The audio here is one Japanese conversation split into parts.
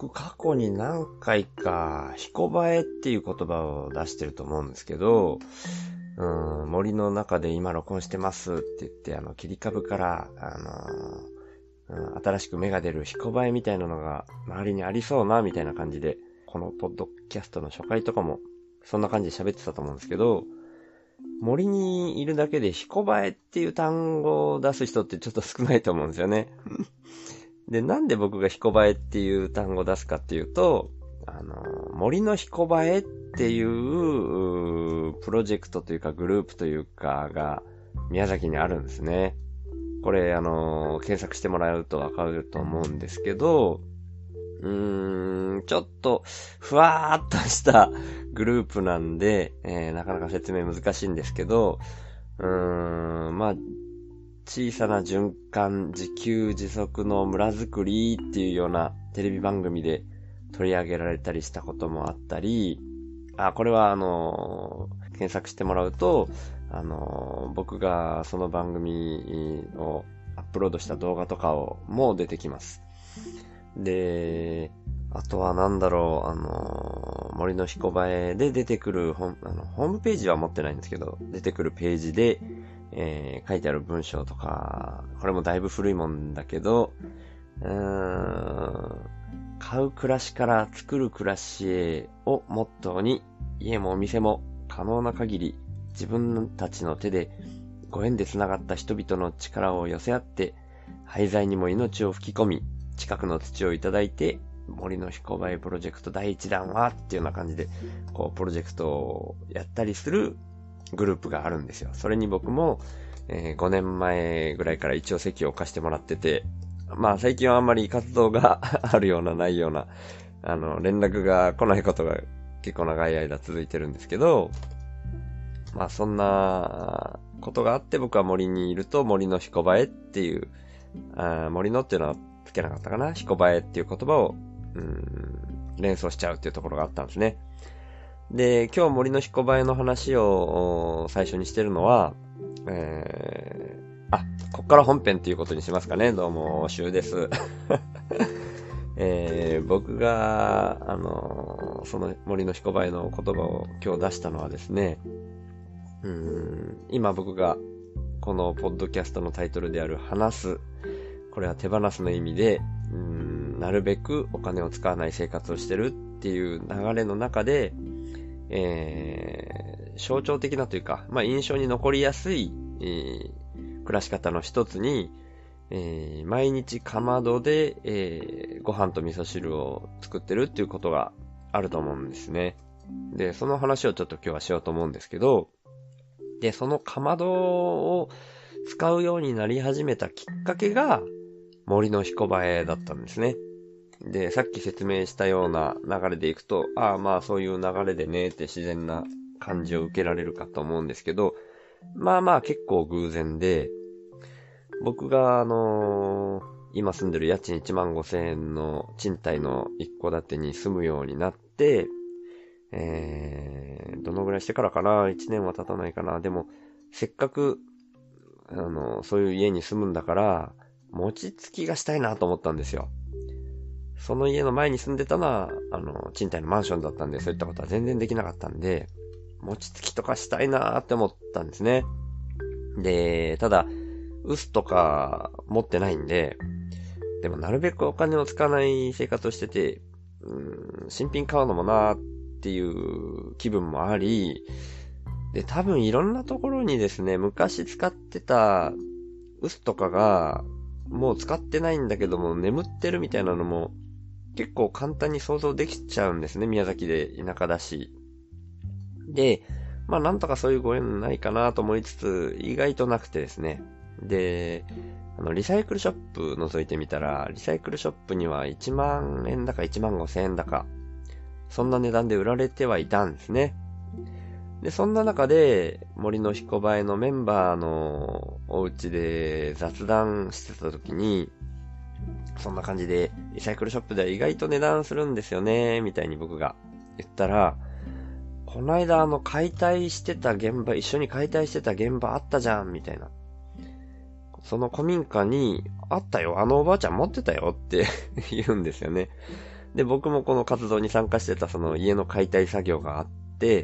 僕過去に何回か、彦映えっていう言葉を出してると思うんですけど、森の中で今録音してますって言って、切り株から、新しく芽が出る彦映えみたいなのが周りにありそうな、みたいな感じで、このポッドキャストの初回とかも、そんな感じで喋ってたと思うんですけど、森にいるだけで彦映えっていう単語を出す人ってちょっと少ないと思うんですよね。で、なんで僕が彦映えっていう単語を出すかっていうと、森の彦映えっていうプロジェクトというかグループというかが宮崎にあるんですね。これ検索してもらうとわかると思うんですけど、ちょっとふわーっとしたグループなんで、なかなか説明難しいんですけど、小さな循環、自給自足の村づくりっていうようなテレビ番組で取り上げられたりしたこともあったり、これは検索してもらうと、僕がその番組をアップロードした動画とかも出てきます。で、あとは森の彦映えで出てくるホームページは持ってないんですけど、出てくるページで、書いてある文章とか、これもだいぶ古いもんだけど、買う暮らしから作る暮らしへをモットーに、家もお店も可能な限り自分たちの手でご縁で繋がった人々の力を寄せ合って、廃材にも命を吹き込み、近くの土をいただいて、森の彦映えプロジェクト第1弾はっていうような感じで、プロジェクトをやったりするグループがあるんですよ。それに僕も、5年前ぐらいから一応席を置かしてもらってて、最近はあんまり活動があるようなないような、連絡が来ないことが結構長い間続いてるんですけど、そんなことがあって僕は森にいると森の彦映えっていう、森のっていうのはつけなかったかな、彦映えっていう言葉を、連想しちゃうっていうところがあったんですね。で、今日森の彦映えの話を最初にしてるのは、こっから本編っていうことにしますかね。どうも、シュウです。僕が、その森の彦映えの言葉を今日出したのはですね、今僕がこのポッドキャストのタイトルである話す、これは手放すの意味で、なるべくお金を使わない生活をしてるっていう流れの中で、象徴的なというか、印象に残りやすい、暮らし方の一つに、毎日かまどで、ご飯と味噌汁を作ってるっていうことがあると思うんですね。で、その話をちょっと今日はしようと思うんですけど、で、そのかまどを使うようになり始めたきっかけが森の彦映えだったんですね。で、さっき説明したような流れでいくと、そういう流れでねって自然な感じを受けられるかと思うんですけど、結構偶然で、僕が今住んでる家賃15,000円の賃貸の一戸建てに住むようになって、どのぐらいしてからかな ?1 年は経たないかな。でも、せっかく、そういう家に住むんだから、餅つきがしたいなと思ったんですよ。その家の前に住んでたのは、賃貸のマンションだったんで、そういったことは全然できなかったんで、餅つきとかしたいなって思ったんですね。で、ただ、臼とか持ってないんで、でもなるべくお金を使わない生活をしてて、新品買うのもなーっていう気分もあり、で、多分いろんなところにですね、昔使ってた臼とかが、もう使ってないんだけども、眠ってるみたいなのも、結構簡単に想像できちゃうんですね、宮崎で田舎だし。で、なんとかそういうご縁ないかなと思いつつ、意外となくてですね。で、リサイクルショップ覗いてみたら、リサイクルショップには1万円だか15,000円だか、そんな値段で売られてはいたんですね。で、そんな中で、森の彦映えのメンバーのお家で雑談してた時に、そんな感じで、リサイクルショップでは意外と値段するんですよね、みたいに僕が言ったら、この間解体してた現場、一緒に解体してた現場あったじゃん、みたいな。その古民家に、あったよ、あのおばあちゃん持ってたよって言うんですよね。 で、僕もこの活動に参加してたその家の解体作業があって、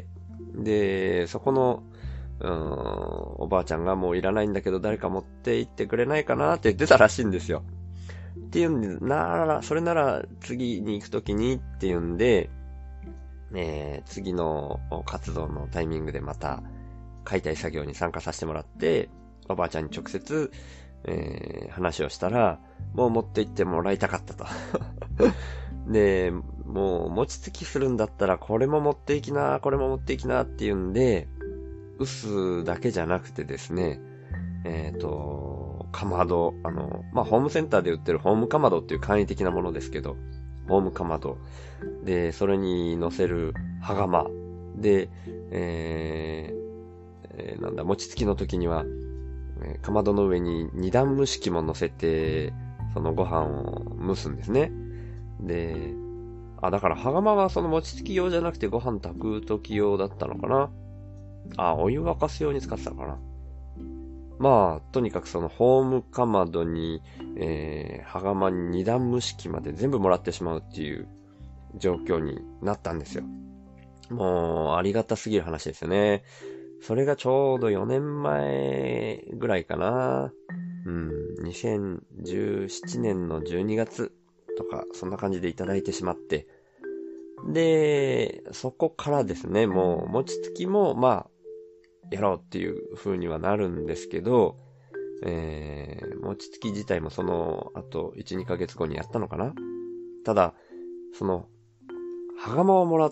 で、そこの、おばあちゃんがもういらないんだけど誰か持って行ってくれないかなって言ってたらしいんですよ。っていうんで、それなら次に行くときにっていうんで、次の活動のタイミングでまた解体作業に参加させてもらって、おばあちゃんに直接、話をしたら、もう持って行ってもらいたかったと。で、もう餅つきするんだったらこれも持っていきな、これも持っていきなっていうんで、臼だけじゃなくてですね、かまど、ホームセンターで売ってるホームかまどっていう簡易的なものですけど、ホームかまど。で、それに乗せる羽釜。で、餅つきの時には、かまどの上に二段蒸し器も乗せて、そのご飯を蒸すんですね。で、だから羽釜はその餅つき用じゃなくてご飯炊く時用だったのかな。お湯沸かす用に使ってたのかな。まあ、とにかくそのホームかまどに、羽釜に二段蒸し器まで全部もらってしまうっていう状況になったんですよ。もう、ありがたすぎる話ですよね。それがちょうど4年前ぐらいかな。2017年の12月とか、そんな感じでいただいてしまって。で、そこからですね、もう、餅つきも、やろうっていう風にはなるんですけど、餅つき自体もその後1、2ヶ月後にやったのかな。ただ、その、羽釜をもらって、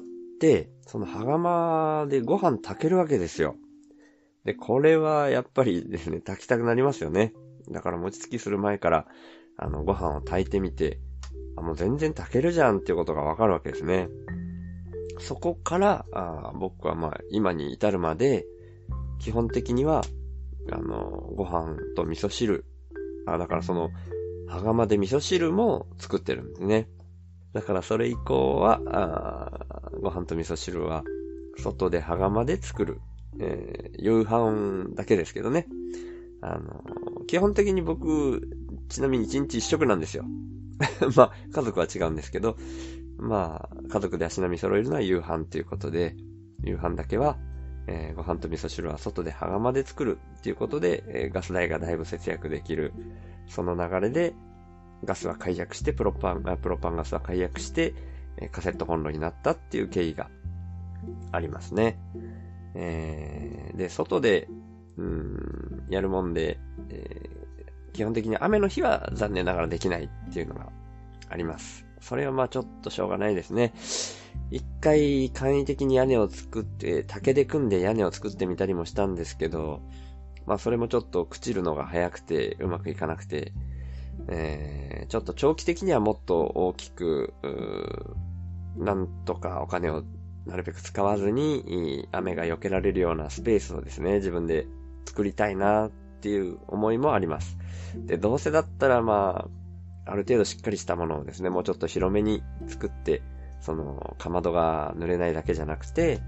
その羽釜でご飯炊けるわけですよ。で、これはやっぱりですね、炊きたくなりますよね。だから餅つきする前から、ご飯を炊いてみて、もう全然炊けるじゃんっていうことがわかるわけですね。そこから、僕は今に至るまで、基本的には、ご飯と味噌汁。だからその、羽釜で味噌汁も作ってるんですね。だからそれ以降は、ご飯と味噌汁は、外で羽釜で作る。夕飯だけですけどね。基本的に僕、ちなみに1日1食なんですよ。家族は違うんですけど、家族で足並み揃えるのは夕飯ということで、夕飯だけは、ご飯と味噌汁は外で羽釜で作るっていうことで、ガス代がだいぶ節約できる。その流れで、ガスは解約して、プロパンガスは解約して、カセットコンロになったっていう経緯がありますね。で、外で、やるもんで、基本的に雨の日は残念ながらできないっていうのがあります。それはちょっとしょうがないですね。一回簡易的に屋根を作って、竹で組んで屋根を作ってみたりもしたんですけど、それもちょっと朽ちるのが早くてうまくいかなくて、ちょっと長期的にはもっと大きく、なんとかお金をなるべく使わずに雨が避けられるようなスペースをですね、自分で作りたいなっていう思いもあります。で、どうせだったらある程度しっかりしたものをですね、もうちょっと広めに作って、その、かまどが濡れないだけじゃなくて、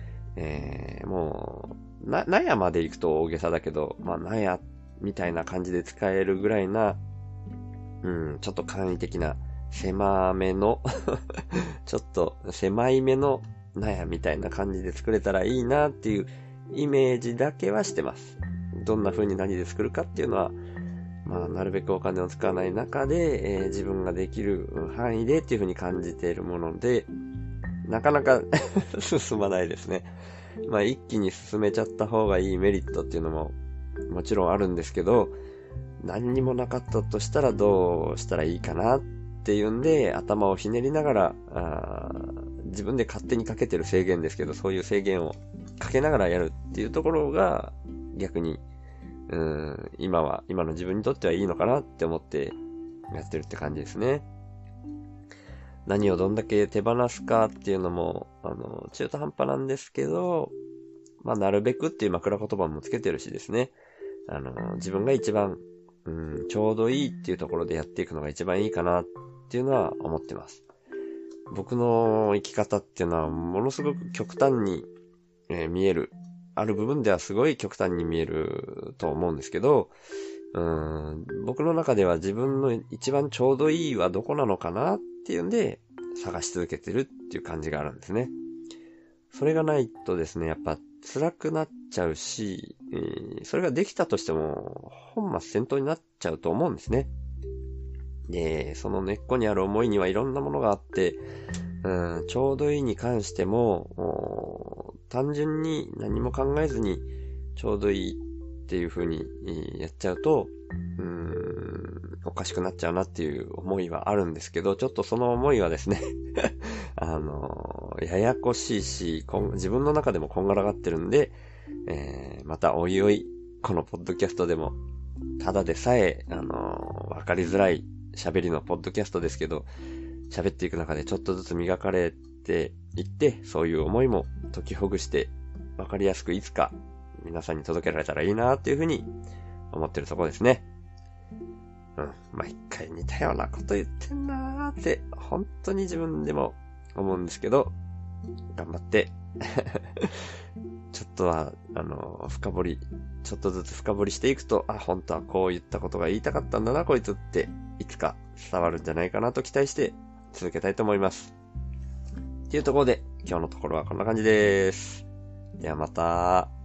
もう、納屋まで行くと大げさだけど、納屋みたいな感じで使えるぐらいな、ちょっと簡易的な、狭めのちょっと狭いめの納屋みたいな感じで作れたらいいなっていうイメージだけはしてます。どんな風に何で作るかっていうのは、なるべくお金を使わない中で、自分ができる範囲でっていう風に感じているもので、なかなか進まないですね。一気に進めちゃった方がいいメリットっていうのももちろんあるんですけど、何にもなかったとしたらどうしたらいいかなっていうんで、頭をひねりながら、自分で勝手にかけてる制限ですけど、そういう制限をかけながらやるっていうところが、逆に、今の自分にとってはいいのかなって思ってやってるって感じですね。何をどんだけ手放すかっていうのも、中途半端なんですけど、なるべくっていう枕言葉もつけてるしですね。自分が一番、ちょうどいいっていうところでやっていくのが一番いいかなっていうのは思ってます。僕の生き方っていうのはものすごく極端に、見える。ある部分ではすごい極端に見えると思うんですけど、僕の中では自分の一番ちょうどいいはどこなのかなっていうんで、 探し続けてるっていう感じがあるんですね。それがないとですね、やっぱ辛くなっちゃうし、それができたとしても本末転倒になっちゃうと思うんですね。で、その根っこにある思いにはいろんなものがあって、ちょうどいいに関しても、単純に何も考えずにちょうどいいっていう風にやっちゃうと、おかしくなっちゃうなっていう思いはあるんですけど、ちょっとその思いはですねややこしいし、自分の中でもこんがらがってるんで、またおいおい、このポッドキャストでも、ただでさえ、わかりづらい喋りのポッドキャストですけど、喋っていく中でちょっとずつ磨かれていって、そういう思いも解きほぐして、わかりやすくいつか皆さんに届けられたらいいなっていうふうに思ってるところですね。毎回似たようなこと言ってんなーって、本当に自分でも思うんですけど、頑張って、ちょっとは、ちょっとずつ深掘りしていくと、本当はこう言ったことが言いたかったんだな、こいつって、いつか伝わるんじゃないかなと期待して続けたいと思います。っていうところで、今日のところはこんな感じです。ではまた。